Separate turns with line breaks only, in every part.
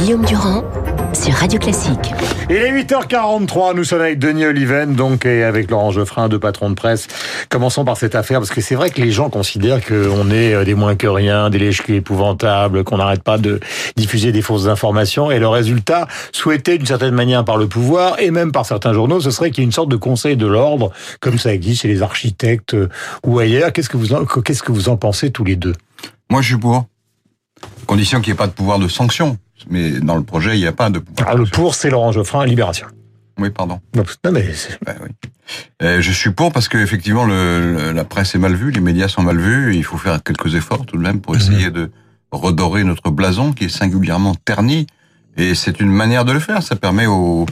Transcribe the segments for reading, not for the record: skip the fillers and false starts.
Guillaume Durand sur Radio Classique.
Il est 8h43, nous sommes avec Denis Oliven, donc, et avec Laurent Geoffrin, deux patrons de presse. Commençons par cette affaire, parce que c'est vrai que les gens considèrent qu'on est des moins que rien, des lèches-culs épouvantables, qu'on n'arrête pas de diffuser des fausses informations, et le résultat, souhaité d'une certaine manière par le pouvoir, et même par certains journaux, ce serait qu'il y ait une sorte de conseil de l'ordre, comme ça existe chez les architectes ou ailleurs. Qu'est-ce que vous en pensez tous les deux?
Moi, je suis pour. Condition qu'il n'y ait pas de pouvoir de sanction. Mais dans le projet, il n'y a pas de pouvoir.
Ah, le pour, c'est Laurent Geoffrin, Libération.
Oui, pardon.
Non, mais
oui. Je suis pour parce que effectivement, la presse est mal vue, les médias sont mal vus. Et il faut faire quelques efforts tout de même pour essayer de redorer notre blason qui est singulièrement terni. Et c'est une manière de le faire. Ça permet aux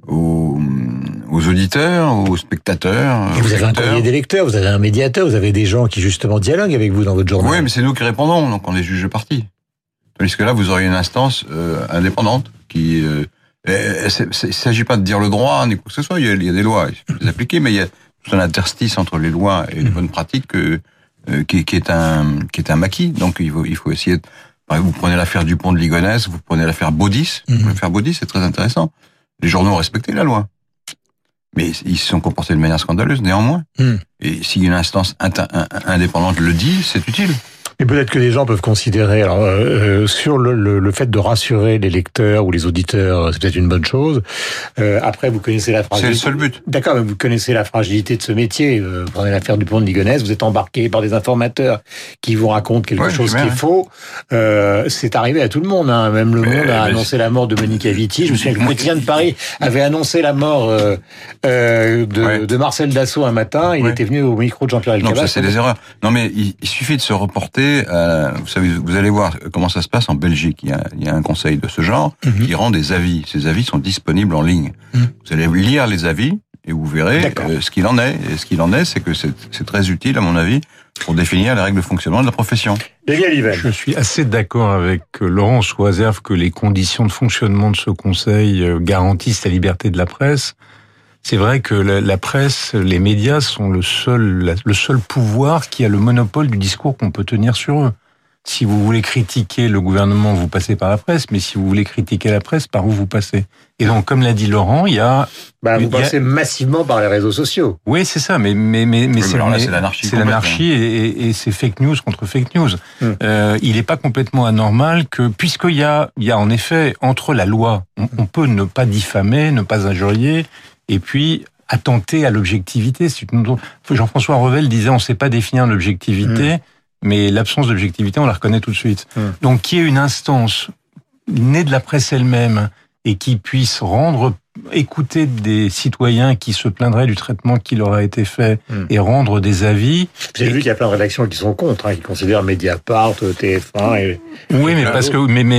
auditeurs, aux spectateurs.
Et vous avez un courrier des lecteurs, vous avez un médiateur, vous avez des gens qui justement dialoguent avec vous dans votre journal.
Oui, mais c'est nous qui répondons, donc on est juge de partie. Tandis que là, vous auriez une instance indépendante qui... il ne s'agit pas de dire le droit, ni quoi que ce soit. Il y a des lois, il faut les appliquer, mais il y a tout un interstice entre les lois et les bonnes pratiques qui est un maquis. Donc il faut essayer de... Vous prenez l'affaire du pont de Ligonnès, vous prenez l'affaire Baudis. L'affaire Baudis, c'est très intéressant. Les journaux ont respecté la loi. Mais ils se sont comportés de manière scandaleuse, néanmoins. Et si une instance indépendante le dit, c'est utile.
Et peut-être que les gens peuvent considérer, sur le fait de rassurer les lecteurs ou les auditeurs, c'est peut-être une bonne chose. Après, vous connaissez la fragilité.
C'est le seul but.
D'accord, mais vous connaissez la fragilité de ce métier. Prenez l'affaire du pont de Ligonnès, vous êtes embarqué par des informateurs qui vous racontent quelque chose qui est faux. C'est arrivé à tout le monde, hein. Même Le Monde a annoncé la mort de Monica Vitti. Je me souviens que le quotidien de Paris avait annoncé la mort de Marcel Dassault un matin. Il était venu au micro de Jean-Pierre Elkabbach.
Non, ça c'est des erreurs. Non, mais il suffit de se reporter. Vous savez, vous allez voir comment ça se passe en Belgique. Il y a un conseil de ce genre qui rend des avis. Ces avis sont disponibles en ligne. Vous allez lire les avis et vous verrez ce qu'il en est. Et ce qu'il en est, c'est que c'est très utile, à mon avis, pour définir les règles de fonctionnement de la profession.
Je suis assez d'accord avec Laurent sous réserve que les conditions de fonctionnement de ce conseil garantissent la liberté de la presse. C'est vrai que la presse, les médias sont le seul pouvoir qui a le monopole du discours qu'on peut tenir sur eux. Si vous voulez critiquer le gouvernement, vous passez par la presse, mais si vous voulez critiquer la presse, par où vous passez? Et donc, comme l'a dit Laurent, il y a...
vous passez massivement par les réseaux sociaux.
Oui, c'est ça, mais
c'est l'anarchie.
C'est l'anarchie et c'est fake news contre fake news. Il n'est pas complètement anormal que, puisqu'il y a en effet, entre la loi, on peut ne pas diffamer, ne pas injurier, et puis attenter à l'objectivité. Jean-François Revel disait on ne sait pas définir l'objectivité, mais l'absence d'objectivité, on la reconnaît tout de suite. Donc qu'il y ait une instance née de la presse elle-même et qui puisse écouter des citoyens qui se plaindraient du traitement qui leur a été fait et rendre des avis.
J'ai vu qu'il y a plein de rédactions qui sont contre, qui considèrent Mediapart, TF1 et...
Oui, mais parce que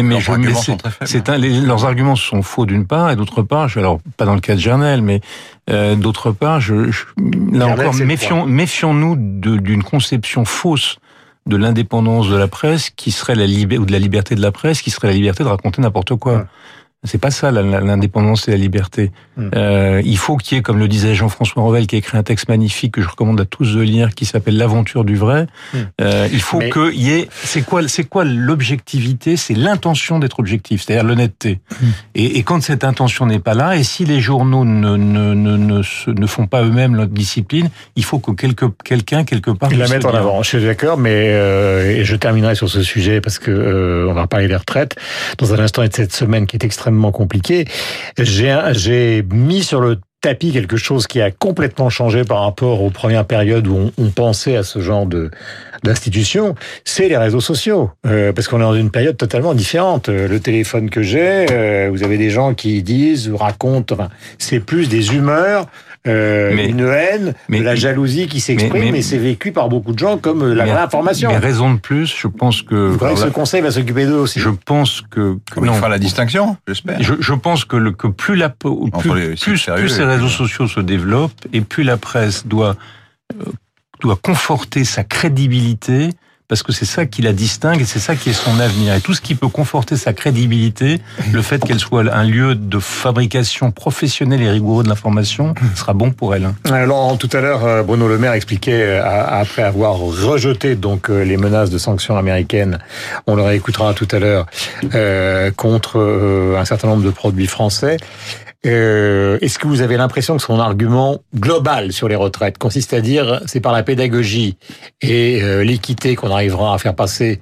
leurs arguments sont faux d'une part et d'autre part, alors pas dans le cas de Journal, mais d'autre part, là encore méfions-nous d'une conception fausse de l'indépendance de la presse qui serait ou de la liberté de la presse qui serait la liberté de raconter n'importe quoi. C'est pas ça, l'indépendance et la liberté. Il faut qu'il y ait, comme le disait Jean-François Revel, qui a écrit un texte magnifique que je recommande à tous de lire, qui s'appelle L'aventure du vrai. Il faut qu'il y ait... C'est quoi l'objectivité? C'est l'intention d'être objectif, c'est-à-dire l'honnêteté. Et quand cette intention n'est pas là, et si les journaux ne font pas eux-mêmes leur discipline, il faut que quelqu'un, quelque part...
La mettre en avant, je suis d'accord, mais et je terminerai sur ce sujet, parce que on va parler des retraites dans un instant et de cette semaine qui est extrêmement compliqué. J'ai mis sur le tapis quelque chose qui a complètement changé par rapport aux premières périodes où on pensait à ce genre d'institution, c'est les réseaux sociaux. Parce qu'on est dans une période totalement différente. Le téléphone que j'ai, vous avez des gens qui disent, racontent, c'est plus des humeurs, une haine, de la jalousie qui s'exprime, mais c'est vécu par beaucoup de gens comme la vraie information.
Mais raison de plus, je pense que...
ce conseil va s'occuper d'eux aussi.
Je pense que
il fera la distinction, j'espère.
Je pense que plus ces réseaux sociaux se développent, et plus la presse doit conforter sa crédibilité parce que c'est ça qui la distingue et c'est ça qui est son avenir. Et tout ce qui peut conforter sa crédibilité, le fait qu'elle soit un lieu de fabrication professionnelle et rigoureux de l'information, sera bon pour elle.
Alors, tout à l'heure, Bruno Le Maire expliquait, après avoir rejeté donc les menaces de sanctions américaines, on le réécoutera tout à l'heure, contre un certain nombre de produits français. Est-ce que vous avez l'impression que son argument global sur les retraites consiste à dire c'est par la pédagogie et l'équité qu'on arrivera à faire passer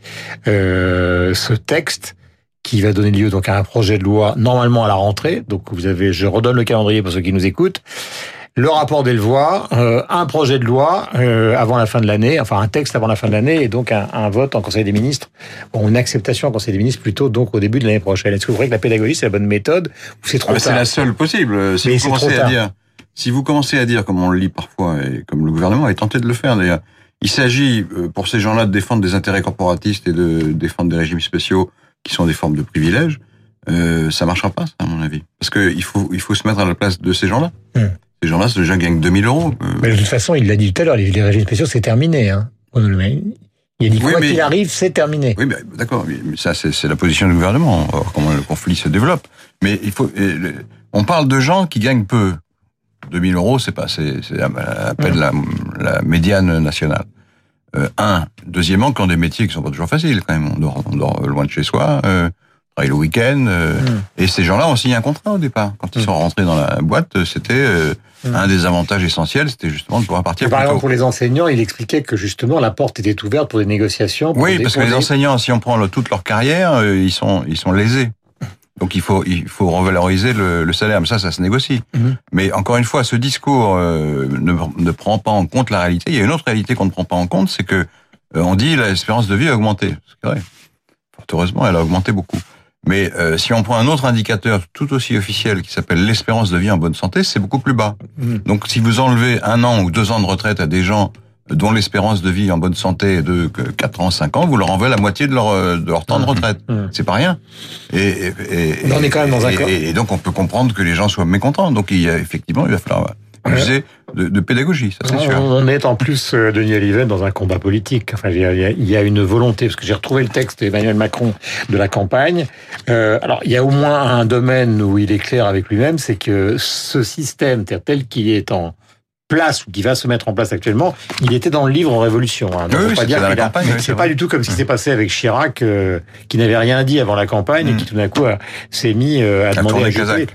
ce texte qui va donner lieu donc à un projet de loi normalement à la rentrée. Donc je redonne le calendrier pour ceux qui nous écoutent. Le rapport Delvoye, un projet de loi avant la fin de l'année, enfin un texte avant la fin de l'année, et donc un vote en Conseil des ministres, une acceptation en Conseil des ministres plutôt donc au début de l'année prochaine. Est-ce que vous croyez que la pédagogie c'est la bonne méthode ou c'est trop tard ?
C'est la seule possible. Si vous commencez à dire, comme on le lit parfois et comme le gouvernement est tenté de le faire d'ailleurs, il s'agit pour ces gens-là de défendre des intérêts corporatistes et de défendre des régimes spéciaux qui sont des formes de privilèges, ça marchera pas, ça, à mon avis, parce que il faut se mettre à la place de ces gens-là. Ces gens-là, ce gens gagnent 2 000 €.
Mais de toute façon, il l'a dit tout à l'heure, les régimes spéciaux, c'est terminé. Hein. Il a dit quoi qu'il arrive, c'est terminé.
Oui, mais d'accord. Mais ça, c'est la position du gouvernement. On va voir comment le conflit se développe. Mais on parle de gens qui gagnent peu. 2 000 €, c'est à peine la médiane nationale. Deuxièmement, qui ont des métiers qui sont pas toujours faciles, quand même. On dort loin de chez soi. Le week-end, et ces gens-là ont signé un contrat au départ. Quand ils sont rentrés dans la boîte, c'était un des avantages essentiels, c'était justement de pouvoir partir.
Par exemple, pour les enseignants, il expliquait que justement la porte était ouverte pour des négociations.
Oui, parce que les enseignants, si on prend toute leur carrière, ils sont lésés. Donc il faut revaloriser le salaire, mais ça se négocie. Mais encore une fois, ce discours ne prend pas en compte la réalité. Il y a une autre réalité qu'on ne prend pas en compte, c'est que on dit l'espérance de vie a augmenté. C'est vrai. Fort heureusement, elle a augmenté beaucoup. Mais si on prend un autre indicateur tout aussi officiel qui s'appelle l'espérance de vie en bonne santé, c'est beaucoup plus bas. Donc si vous enlevez 1 an ou 2 ans de retraite à des gens dont l'espérance de vie en bonne santé est de 4 ans, 5 ans, vous leur enlevez la moitié de leur temps de retraite. C'est pas rien. Et
on est quand même dans un cas.
Et donc on peut comprendre que les gens soient mécontents. Donc il va falloir user de pédagogie, ça c'est sûr.
On est en plus, Denis Olivet, dans un combat politique. Enfin, il y a une volonté, parce que j'ai retrouvé le texte d'Emmanuel Macron de la campagne. Alors, il y a au moins un domaine où il est clair avec lui-même, c'est que ce système tel qu'il est en place ou qui va se mettre en place actuellement, il était dans le livre en Révolution. Hein. Donc, c'est pas du tout comme ce qui s'est passé avec Chirac, qui n'avait rien dit avant la campagne et qui tout d'un coup s'est mis à demander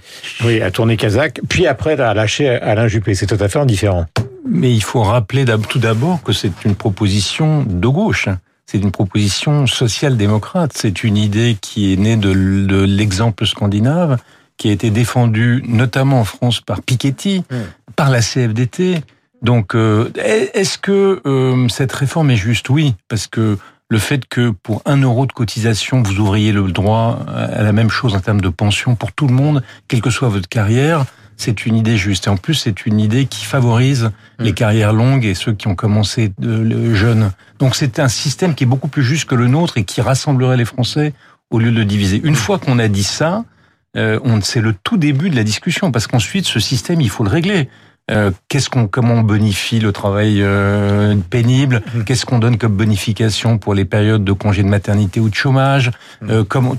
à tourner Kazakh, puis après à lâcher Alain Juppé. C'est tout à fait différent.
Mais il faut rappeler tout d'abord que c'est une proposition de gauche. C'est une proposition social-démocrate. C'est une idée qui est née de l'exemple scandinave, qui a été défendu notamment en France par Piketty, par la CFDT. Donc, est-ce que cette réforme est juste ? Oui, parce que le fait que pour 1 € de cotisation, vous ouvriez le droit à la même chose en termes de pension pour tout le monde, quelle que soit votre carrière, c'est une idée juste. Et en plus, c'est une idée qui favorise les carrières longues et ceux qui ont commencé jeunes. Donc, c'est un système qui est beaucoup plus juste que le nôtre et qui rassemblerait les Français au lieu de le diviser. Une fois qu'on a dit ça, c'est le tout début de la discussion, parce qu'ensuite, ce système, il faut le régler. Comment on bonifie le travail pénible ? Qu'est-ce qu'on donne comme bonification pour les périodes de congé de maternité ou de chômage ? Comment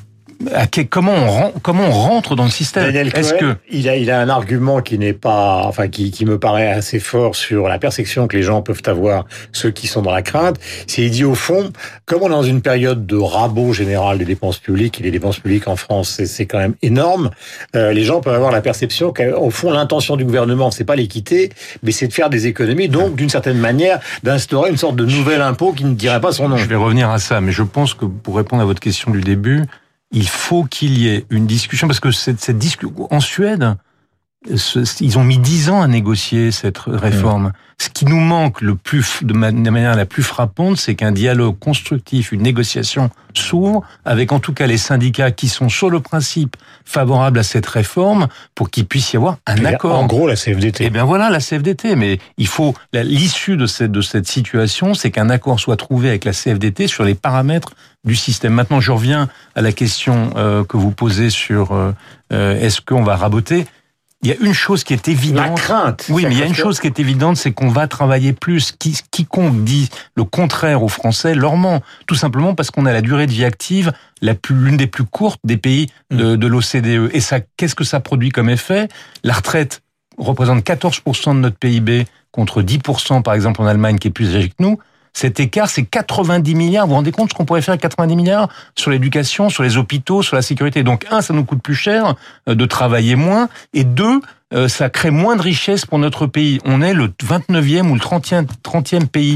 on rentre dans le système ?
Daniel Cohen, il a un argument qui n'est pas, qui me paraît assez fort sur la perception que les gens peuvent avoir, ceux qui sont dans la crainte. C'est, il dit au fond, comme on est dans une période de rabot général des dépenses publiques, et les dépenses publiques en France, c'est quand même énorme, les gens peuvent avoir la perception qu'au fond, l'intention du gouvernement, c'est pas l'équité, mais c'est de faire des économies, donc d'une certaine manière, d'instaurer une sorte de nouvel impôt qui ne dirait pas son nom.
Je vais revenir à ça, mais je pense que pour répondre à votre question du début, il faut qu'il y ait une discussion, parce que cette discussion en Suède, ils ont mis 10 ans à négocier cette réforme. Ce qui nous manque de manière la plus frappante, c'est qu'un dialogue constructif, une négociation s'ouvre avec en tout cas les syndicats qui sont sur le principe favorables à cette réforme pour qu'il puisse y avoir un accord.
En gros, la CFDT.
Eh bien voilà, la CFDT. Mais il faut, l'issue de cette situation, c'est qu'un accord soit trouvé avec la CFDT sur les paramètres du système. Maintenant, je reviens à la question que vous posez sur est-ce qu'on va raboter. il y a une chose qui est évidente.
La crainte.
Oui, mais il y a une chose qui est évidente, c'est qu'on va travailler plus. Quiconque dit le contraire aux Français leur ment. Tout simplement parce qu'on a la durée de vie active l'une des plus courtes des pays de l'OCDE. Et ça, qu'est-ce que ça produit comme effet? La retraite représente 14% de notre PIB contre 10% par exemple en Allemagne qui est plus âgée que nous. Cet écart, c'est 90 milliards. Vous vous rendez compte ce qu'on pourrait faire avec 90 milliards sur l'éducation, sur les hôpitaux, sur la sécurité. Donc, ça nous coûte plus cher de travailler moins. Et deux, ça crée moins de richesse pour notre pays. On est le 29e ou le 30e pays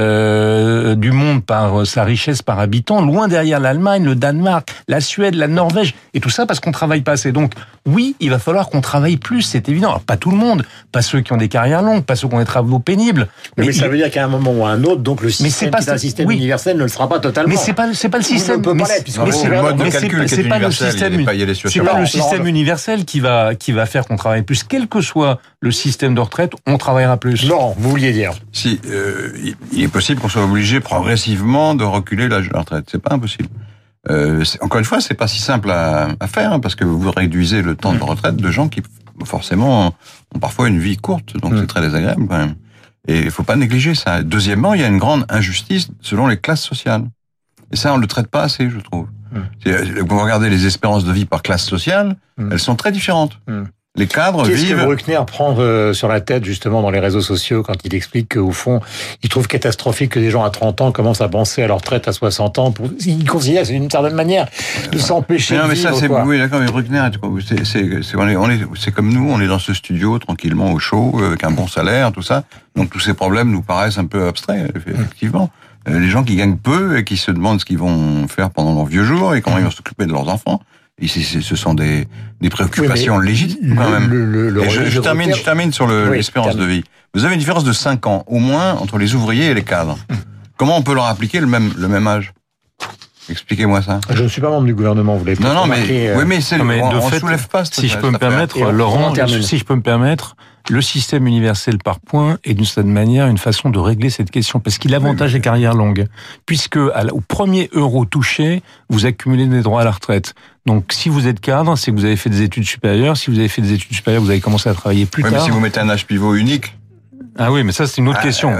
du monde par sa richesse par habitant, loin derrière l'Allemagne, le Danemark, la Suède, la Norvège, et tout ça parce qu'on travaille pas assez. Donc oui, il va falloir qu'on travaille plus, c'est évident. Alors pas tout le monde, pas ceux qui ont des carrières longues, pas ceux qui ont des travaux pénibles.
Mais ça veut dire qu'à un moment ou à un autre, donc le système qui est un système universel ne le sera pas totalement.
Mais c'est pas le système. C'est pas le système universel qui va faire qu'on travaille plus. Quel que soit le système de retraite, on travaillera plus.
Laurent, vous vouliez dire?
Si, il est possible qu'on soit obligé progressivement de reculer l'âge de la retraite. C'est pas impossible. Encore une fois, c'est pas si simple à faire, parce que vous réduisez le temps de retraite de gens qui, forcément, ont parfois une vie courte, donc c'est très désagréable quand même. Et il faut pas négliger ça. Deuxièmement, il y a une grande injustice selon les classes sociales. Et ça, on le traite pas assez, je trouve. Vous regardez les espérances de vie par classe sociale, elles sont très différentes. Les cadres vivent...
Qu'est-ce que Bruckner prend sur la tête, justement, dans les réseaux sociaux, quand il explique qu'au fond, il trouve catastrophique que des gens à 30 ans commencent à penser à leur retraite à 60 ans. Il considère que c'est une certaine manière de s'empêcher de vivre.
Mais ça, c'est... Oui, d'accord, mais Bruckner, c'est comme nous, on est dans ce studio, tranquillement, au chaud, avec un bon salaire, tout ça. Donc tous ces problèmes nous paraissent un peu abstraits, effectivement. Les gens qui gagnent peu et qui se demandent ce qu'ils vont faire pendant leurs vieux jours et comment ils vont s'occuper de leurs enfants. Et ce sont des préoccupations légitimes quand même. Je termine sur l'espérance de vie. Vous avez une différence de 5 ans au moins entre les ouvriers et les cadres. Comment on peut leur appliquer le même âge? Expliquez-moi ça.
Je ne suis pas membre du gouvernement, vous l'avez pas remarqué.
Oui, mais on soulève pas cette
si je peux me permettre, Laurent, si je peux me permettre, le système universel par points est d'une certaine manière une façon de régler cette question, parce qu'il avantage les carrières longues, puisque au premier euro touché, vous accumulez des droits à la retraite. Donc, si vous êtes cadre, c'est que vous avez fait des études supérieures. Si vous avez fait des études supérieures, vous avez commencé à travailler plus tard.
Mais si vous mettez un âge pivot unique.
Ah oui, mais ça c'est une autre question.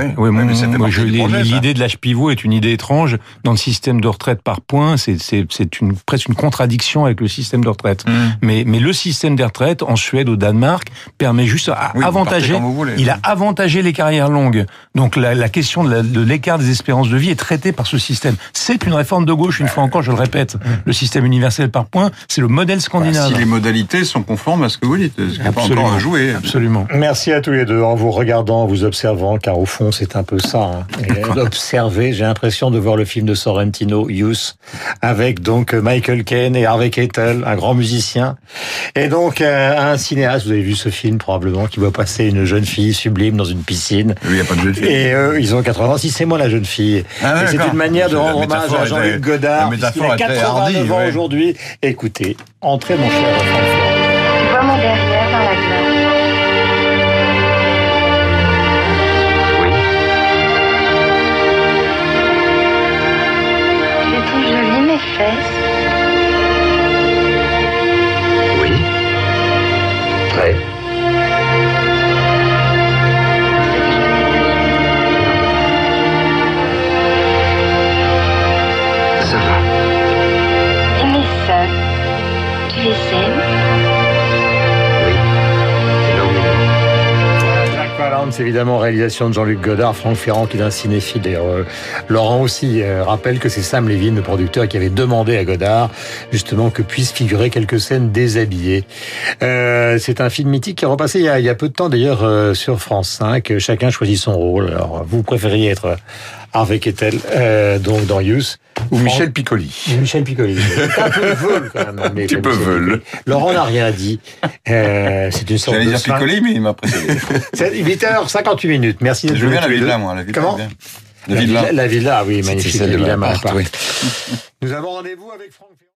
L'idée de l'âge pivot est une idée étrange dans le système de retraite par points. C'est presque une contradiction avec le système de retraite. Mais le système des retraites en Suède, au Danemark, permet juste il a avantagé les carrières longues. Donc la question de l'écart des espérances de vie est traitée par ce système. C'est une réforme de gauche, une fois encore, je le répète. Le système universel par points, c'est le modèle scandinave.
Si les modalités sont conformes à ce que vous dites, ce qui n'est pas encore à jouer.
Absolument.
Merci à tous les deux. En vous regardant, vous observant, car au fond c'est un peu ça. Observer, j'ai l'impression de voir le film de Sorrentino, Youth, avec donc Michael Caine et Harvey Keitel, un grand musicien, et donc un cinéaste. Vous avez vu ce film probablement, qui voit passer une jeune fille sublime dans une piscine.
Il n'y a pas de jeune fille.
Et ils ont 86, c'est moi la jeune fille. Et c'est une manière de rendre hommage à Jean-Luc Godard, qui a 89 ans aujourd'hui. Écoutez, entrez mon cher François.
Vois mon derrière dans la glace.
Oui. Très. Ça va.
Et mes seins, tu les aimes?
Oui. Énormément.
Jack Palance, évidemment, réalisation de Jean-Luc Godard, Franck Ferrand, qui est un cinéphile. D'ailleurs, Laurent aussi rappelle que c'est Sam Levine, le producteur, qui avait demandé à Godard, justement, que puissent figurer quelques scènes déshabillées. C'est un film mythique qui est repassé il y a peu de temps, d'ailleurs, sur France 5. Chacun choisit son rôle. Alors, vous préfériez être Harvey Keitel, donc dans Youth,
ou Michel Piccoli.
Michel Piccoli. C'est un peu veule, quand même.
Un petit peu veule.
Laurent n'a rien dit. C'est une sorte
de... J'allais dire Piccoli, mais il m'a précédé.
C'est 8h58. Merci d'être venu.
Je viens la Villa, moi. La Villa.
Comment? La Villa, oui, magnifique. La Villa,
oui.
Nous avons rendez-vous avec Franck Ferrand.